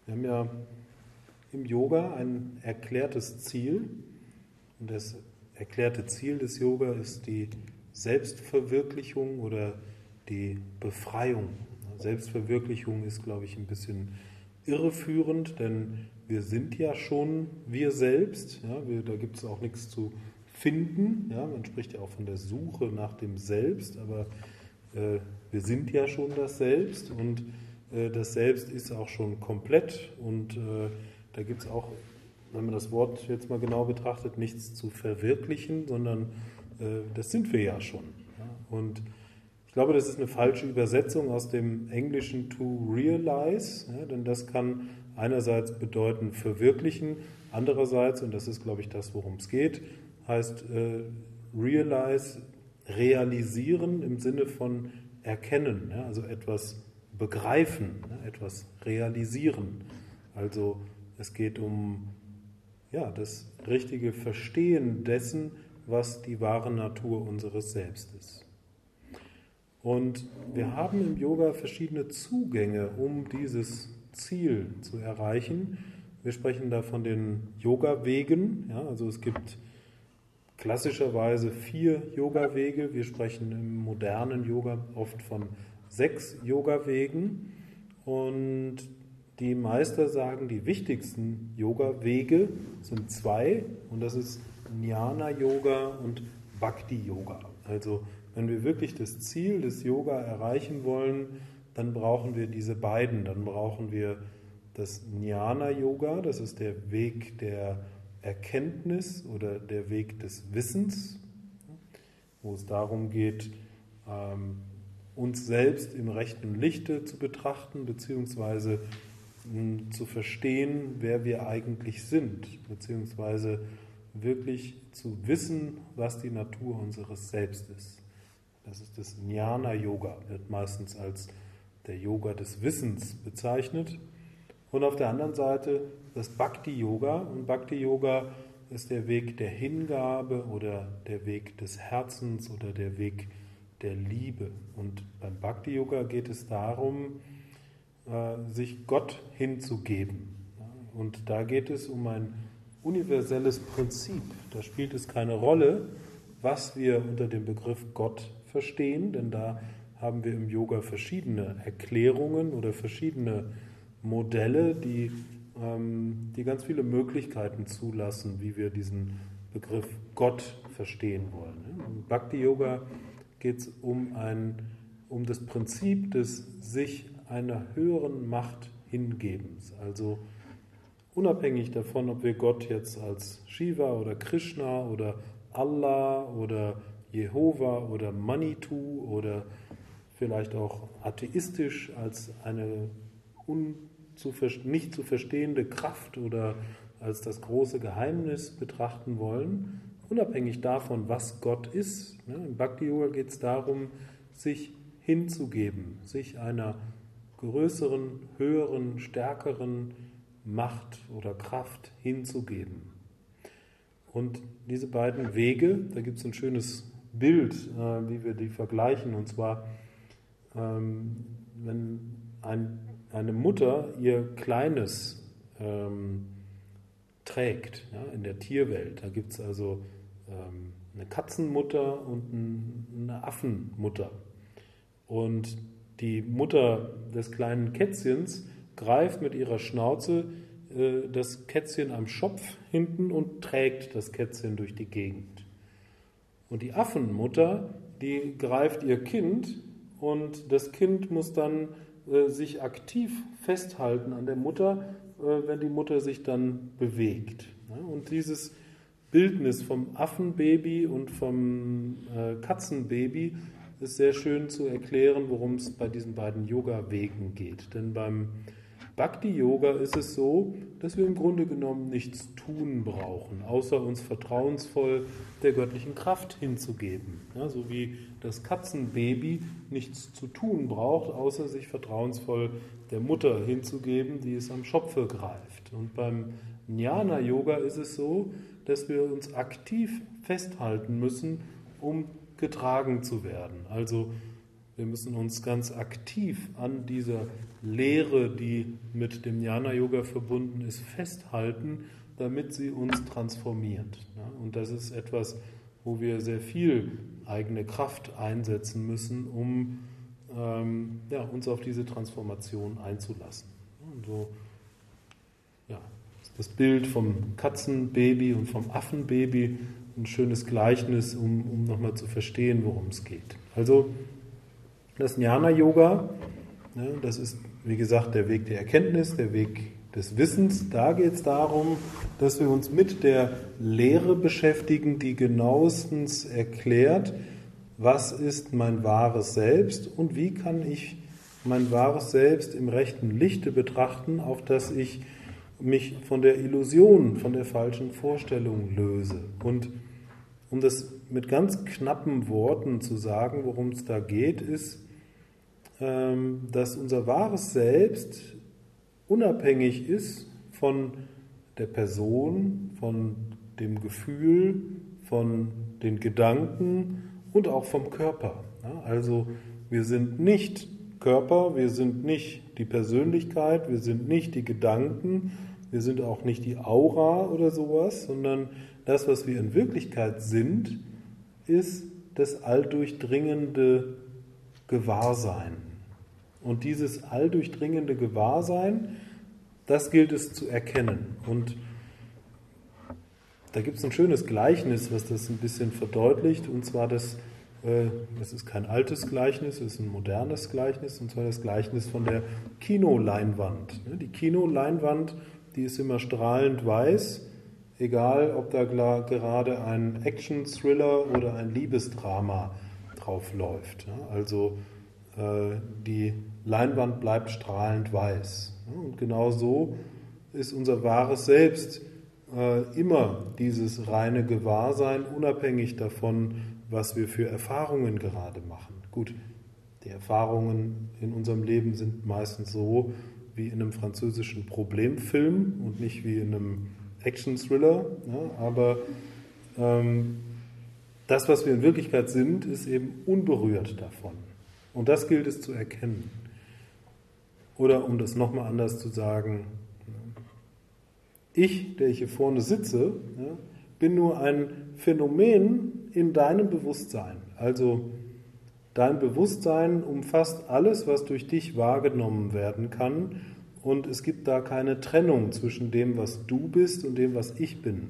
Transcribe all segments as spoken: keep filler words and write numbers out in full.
Wir haben ja im Yoga ein erklärtes Ziel und das erklärte Ziel des Yoga ist die Selbstverwirklichung oder die Befreiung. Selbstverwirklichung ist, glaube ich, ein bisschen irreführend, denn wir sind ja schon wir selbst. Ja, wir, da gibt es auch nichts zu finden. Ja, man spricht ja auch von der Suche nach dem Selbst, aber äh, wir sind ja schon das Selbst und äh, das Selbst ist auch schon komplett und äh, da gibt es auch, wenn man das Wort jetzt mal genau betrachtet, nichts zu verwirklichen, sondern äh, das sind wir ja schon. Ja? Und ich glaube, das ist eine falsche Übersetzung aus dem Englischen to realize, ja, denn das kann einerseits bedeuten verwirklichen, andererseits, und das ist, glaube ich, das, worum es geht, heißt äh, realize, realisieren im Sinne von erkennen, ja, also etwas begreifen, ja, etwas realisieren. Also es geht um ja, das richtige Verstehen dessen, was die wahre Natur unseres Selbst ist. Und wir haben im Yoga verschiedene Zugänge, um dieses Ziel zu erreichen. Wir sprechen da von den Yoga-Wegen. Ja, also es gibt klassischerweise vier Yoga-Wege. Wir sprechen im modernen Yoga oft von sechs Yoga-Wegen. Und die Meister sagen, die wichtigsten Yoga-Wege sind zwei. Und das ist Jnana-Yoga und Bhakti-Yoga. Also wenn wir wirklich das Ziel des Yoga erreichen wollen, dann brauchen wir diese beiden. Dann brauchen wir das Jnana-Yoga, das ist der Weg der Erkenntnis oder der Weg des Wissens, wo es darum geht, uns selbst im rechten Lichte zu betrachten, beziehungsweise zu verstehen, wer wir eigentlich sind, beziehungsweise wirklich zu wissen, was die Natur unseres Selbst ist. Das ist das Jnana-Yoga, wird meistens als der Yoga des Wissens bezeichnet. Und auf der anderen Seite das Bhakti-Yoga. Und Bhakti-Yoga ist der Weg der Hingabe oder der Weg des Herzens oder der Weg der Liebe. Und beim Bhakti-Yoga geht es darum, sich Gott hinzugeben. Und da geht es um ein universelles Prinzip. Da spielt es keine Rolle, was wir unter dem Begriff Gott verstehen, denn da haben wir im Yoga verschiedene Erklärungen oder verschiedene Modelle, die, ähm, die ganz viele Möglichkeiten zulassen, wie wir diesen Begriff Gott verstehen wollen. Im Bhakti-Yoga geht es um, ein, um das Prinzip des sich einer höheren Macht Hingebens, also unabhängig davon, ob wir Gott jetzt als Shiva oder Krishna oder Allah oder Jehova oder Manitou oder vielleicht auch atheistisch als eine nicht zu verstehende Kraft oder als das große Geheimnis betrachten wollen, unabhängig davon, was Gott ist. Im Bhakti-Yoga geht es darum, sich hinzugeben, sich einer größeren, höheren, stärkeren Macht oder Kraft hinzugeben. Und diese beiden Wege, da gibt es ein schönes Bild, äh, wie wir die vergleichen, und zwar, ähm, wenn ein, eine Mutter ihr Kleines ähm, trägt, ja, in der Tierwelt, da gibt es also ähm, eine Katzenmutter und ein, eine Affenmutter. Und die Mutter des kleinen Kätzchens greift mit ihrer Schnauze äh, das Kätzchen am Schopf hinten und trägt das Kätzchen durch die Gegend. Und die Affenmutter, die greift ihr Kind und das Kind muss dann äh, sich aktiv festhalten an der Mutter, äh, wenn die Mutter sich dann bewegt. Ja, und dieses Bildnis vom Affenbaby und vom äh, Katzenbaby ist sehr schön zu erklären, worum es bei diesen beiden Yoga-Wegen geht. Denn beim Bhakti-Yoga ist es so, dass wir im Grunde genommen nichts tun brauchen, außer uns vertrauensvoll der göttlichen Kraft hinzugeben. Ja, so wie das Katzenbaby nichts zu tun braucht, außer sich vertrauensvoll der Mutter hinzugeben, die es am Schopfe greift. Und beim Jnana-Yoga ist es so, dass wir uns aktiv festhalten müssen, um getragen zu werden. Also Wir müssen uns ganz aktiv an dieser Lehre, die mit dem Jnana-Yoga verbunden ist, festhalten, damit sie uns transformiert. Und das ist etwas, wo wir sehr viel eigene Kraft einsetzen müssen, um ähm, ja, uns auf diese Transformation einzulassen. Und so, ja, das Bild vom Katzenbaby und vom Affenbaby ein schönes Gleichnis, um, um nochmal zu verstehen, worum es geht. Also das Jnana-Yoga, ne, das ist, wie gesagt, der Weg der Erkenntnis, der Weg des Wissens. Da geht es darum, dass wir uns mit der Lehre beschäftigen, die genauestens erklärt, was ist mein wahres Selbst und wie kann ich mein wahres Selbst im rechten Lichte betrachten, auf das ich mich von der Illusion, von der falschen Vorstellung löse. Und um das mit ganz knappen Worten zu sagen, worum es da geht, ist, dass unser wahres Selbst unabhängig ist von der Person, von dem Gefühl, von den Gedanken und auch vom Körper. Also wir sind nicht Körper, wir sind nicht die Persönlichkeit, wir sind nicht die Gedanken, wir sind auch nicht die Aura oder sowas, sondern das, was wir in Wirklichkeit sind, ist das alldurchdringende Gewahrsein. Und dieses alldurchdringende Gewahrsein, das gilt es zu erkennen. Und da gibt es ein schönes Gleichnis, was das ein bisschen verdeutlicht, und zwar das, äh, das ist kein altes Gleichnis, es ist ein modernes Gleichnis, und zwar das Gleichnis von der Kinoleinwand. Die Kinoleinwand, die ist immer strahlend weiß, egal ob da gerade ein Action-Thriller oder ein Liebesdrama drauf läuft. Also äh, die Leinwand bleibt strahlend weiß. Und genau so ist unser wahres Selbst äh, immer dieses reine Gewahrsein, unabhängig davon, was wir für Erfahrungen gerade machen. Gut, die Erfahrungen in unserem Leben sind meistens so wie in einem französischen Problemfilm und nicht wie in einem Action-Thriller, ja, aber ähm, das, was wir in Wirklichkeit sind, ist eben unberührt davon. Und das gilt es zu erkennen. Oder um das nochmal anders zu sagen, ich, der ich hier vorne sitze, ja, bin nur ein Phänomen in deinem Bewusstsein. Also dein Bewusstsein umfasst alles, was durch dich wahrgenommen werden kann, und es gibt da keine Trennung zwischen dem, was du bist, und dem, was ich bin.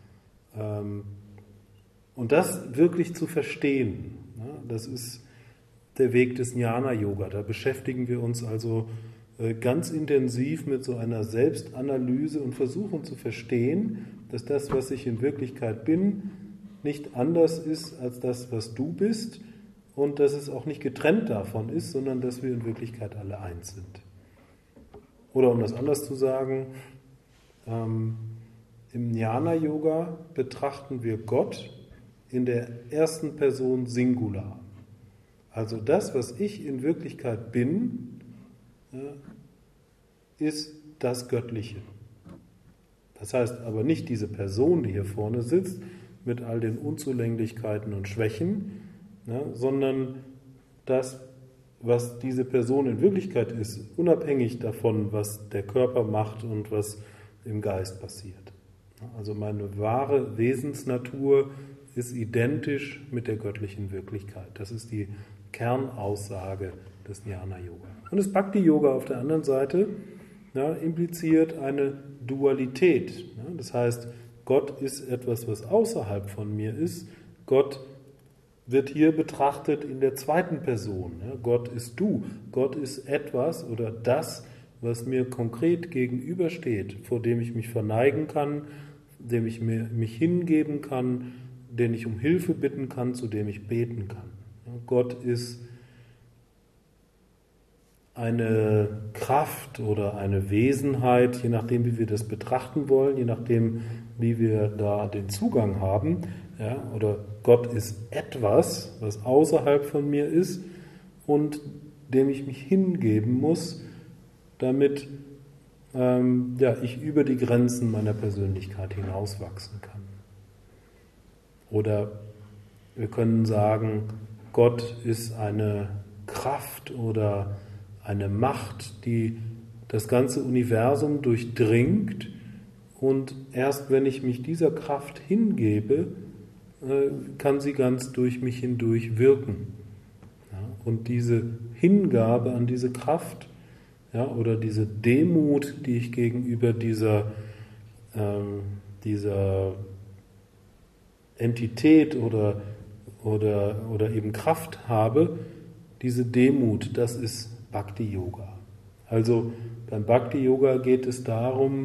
Und das wirklich zu verstehen, das ist der Weg des Jnana-Yoga. Da beschäftigen wir uns also ganz intensiv mit so einer Selbstanalyse und versuchen zu verstehen, dass das, was ich in Wirklichkeit bin, nicht anders ist als das, was du bist, und dass es auch nicht getrennt davon ist, sondern dass wir in Wirklichkeit alle eins sind. Oder um das anders zu sagen, ähm, im Jnana-Yoga betrachten wir Gott in der ersten Person Singular. Also das, was ich in Wirklichkeit bin, ja, ist das Göttliche. Das heißt aber nicht diese Person, die hier vorne sitzt, mit all den Unzulänglichkeiten und Schwächen, ja, sondern das, was diese Person in Wirklichkeit ist, unabhängig davon, was der Körper macht und was im Geist passiert. Also meine wahre Wesensnatur ist identisch mit der göttlichen Wirklichkeit. Das ist die Kernaussage des Jnana-Yoga. Und das Bhakti-Yoga auf der anderen Seite, ja, impliziert eine Dualität. Ja, das heißt, Gott ist etwas, was außerhalb von mir ist. Gott wird hier betrachtet in der zweiten Person. Ja, Gott ist du. Gott ist etwas oder das, was mir konkret gegenübersteht, vor dem ich mich verneigen kann, dem ich mir, mich hingeben kann, den ich um Hilfe bitten kann, zu dem ich beten kann. Ja, Gott ist eine Kraft oder eine Wesenheit, je nachdem, wie wir das betrachten wollen, je nachdem, wie wir da den Zugang haben. Ja, oder Gott ist etwas, was außerhalb von mir ist und dem ich mich hingeben muss, damit ähm, ja, ich über die Grenzen meiner Persönlichkeit hinauswachsen kann. Oder wir können sagen, Gott ist eine Kraft oder eine Macht, die das ganze Universum durchdringt, und erst wenn ich mich dieser Kraft hingebe, kann sie ganz durch mich hindurch wirken. Ja, und diese Hingabe an diese Kraft, ja, oder diese Demut, die ich gegenüber dieser, ähm, dieser Entität oder, oder, oder eben Kraft habe, diese Demut, das ist Bhakti-Yoga. Also beim Bhakti-Yoga geht es darum,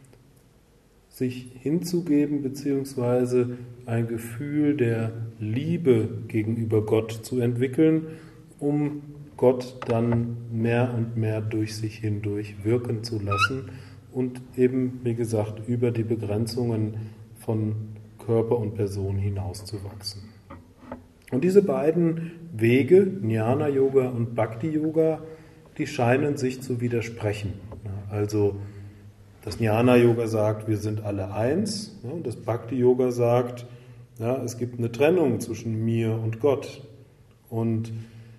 sich hinzugeben, beziehungsweise ein Gefühl der Liebe gegenüber Gott zu entwickeln, um Gott dann mehr und mehr durch sich hindurch wirken zu lassen und eben, wie gesagt, über die Begrenzungen von Körper und Person hinauszuwachsen. Und diese beiden Wege, Jnana-Yoga und Bhakti-Yoga, die scheinen sich zu widersprechen. Also das Jnana-Yoga sagt, wir sind alle eins, und das Bhakti-Yoga sagt, ja, es gibt eine Trennung zwischen mir und Gott. Und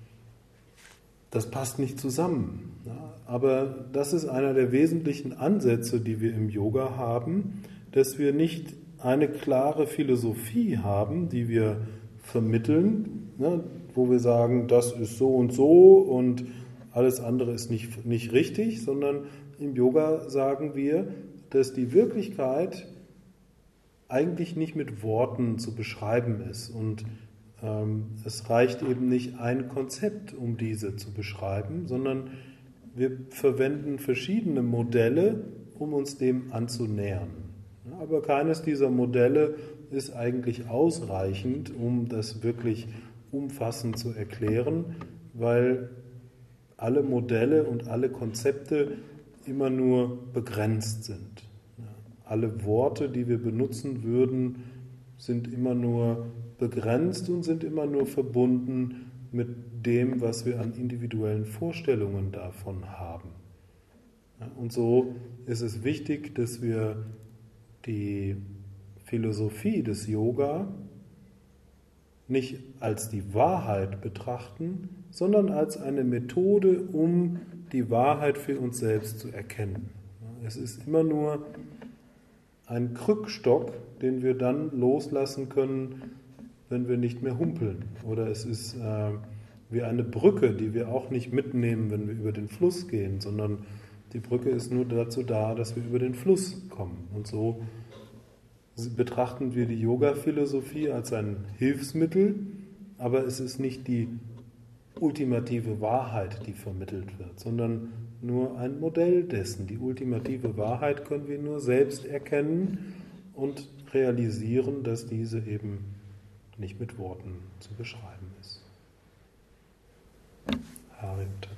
das passt nicht zusammen. Ja, aber das ist einer der wesentlichen Ansätze, die wir im Yoga haben, dass wir nicht eine klare Philosophie haben, die wir vermitteln, ne, wo wir sagen, das ist so und so und alles andere ist nicht, nicht richtig, sondern im Yoga sagen wir, dass die Wirklichkeit eigentlich nicht mit Worten zu beschreiben ist. Und ähm, es reicht eben nicht ein Konzept, um diese zu beschreiben, sondern wir verwenden verschiedene Modelle, um uns dem anzunähern. Aber keines dieser Modelle ist eigentlich ausreichend, um das wirklich umfassend zu erklären, weil alle Modelle und alle Konzepte immer nur begrenzt sind. Alle Worte, die wir benutzen würden, sind immer nur begrenzt und sind immer nur verbunden mit dem, was wir an individuellen Vorstellungen davon haben. Und so ist es wichtig, dass wir die Philosophie des Yoga nicht als die Wahrheit betrachten, sondern als eine Methode, um die Wahrheit für uns selbst zu erkennen. Es ist immer nur ein Krückstock, den wir dann loslassen können, wenn wir nicht mehr humpeln. Oder es ist äh, wie eine Brücke, die wir auch nicht mitnehmen, wenn wir über den Fluss gehen, sondern die Brücke ist nur dazu da, dass wir über den Fluss kommen. Und so betrachten wir die Yoga-Philosophie als ein Hilfsmittel, aber es ist nicht die ultimative Wahrheit, die vermittelt wird, sondern nur ein Modell dessen. Die ultimative Wahrheit können wir nur selbst erkennen und realisieren, dass diese eben nicht mit Worten zu beschreiben ist. Harim Tat.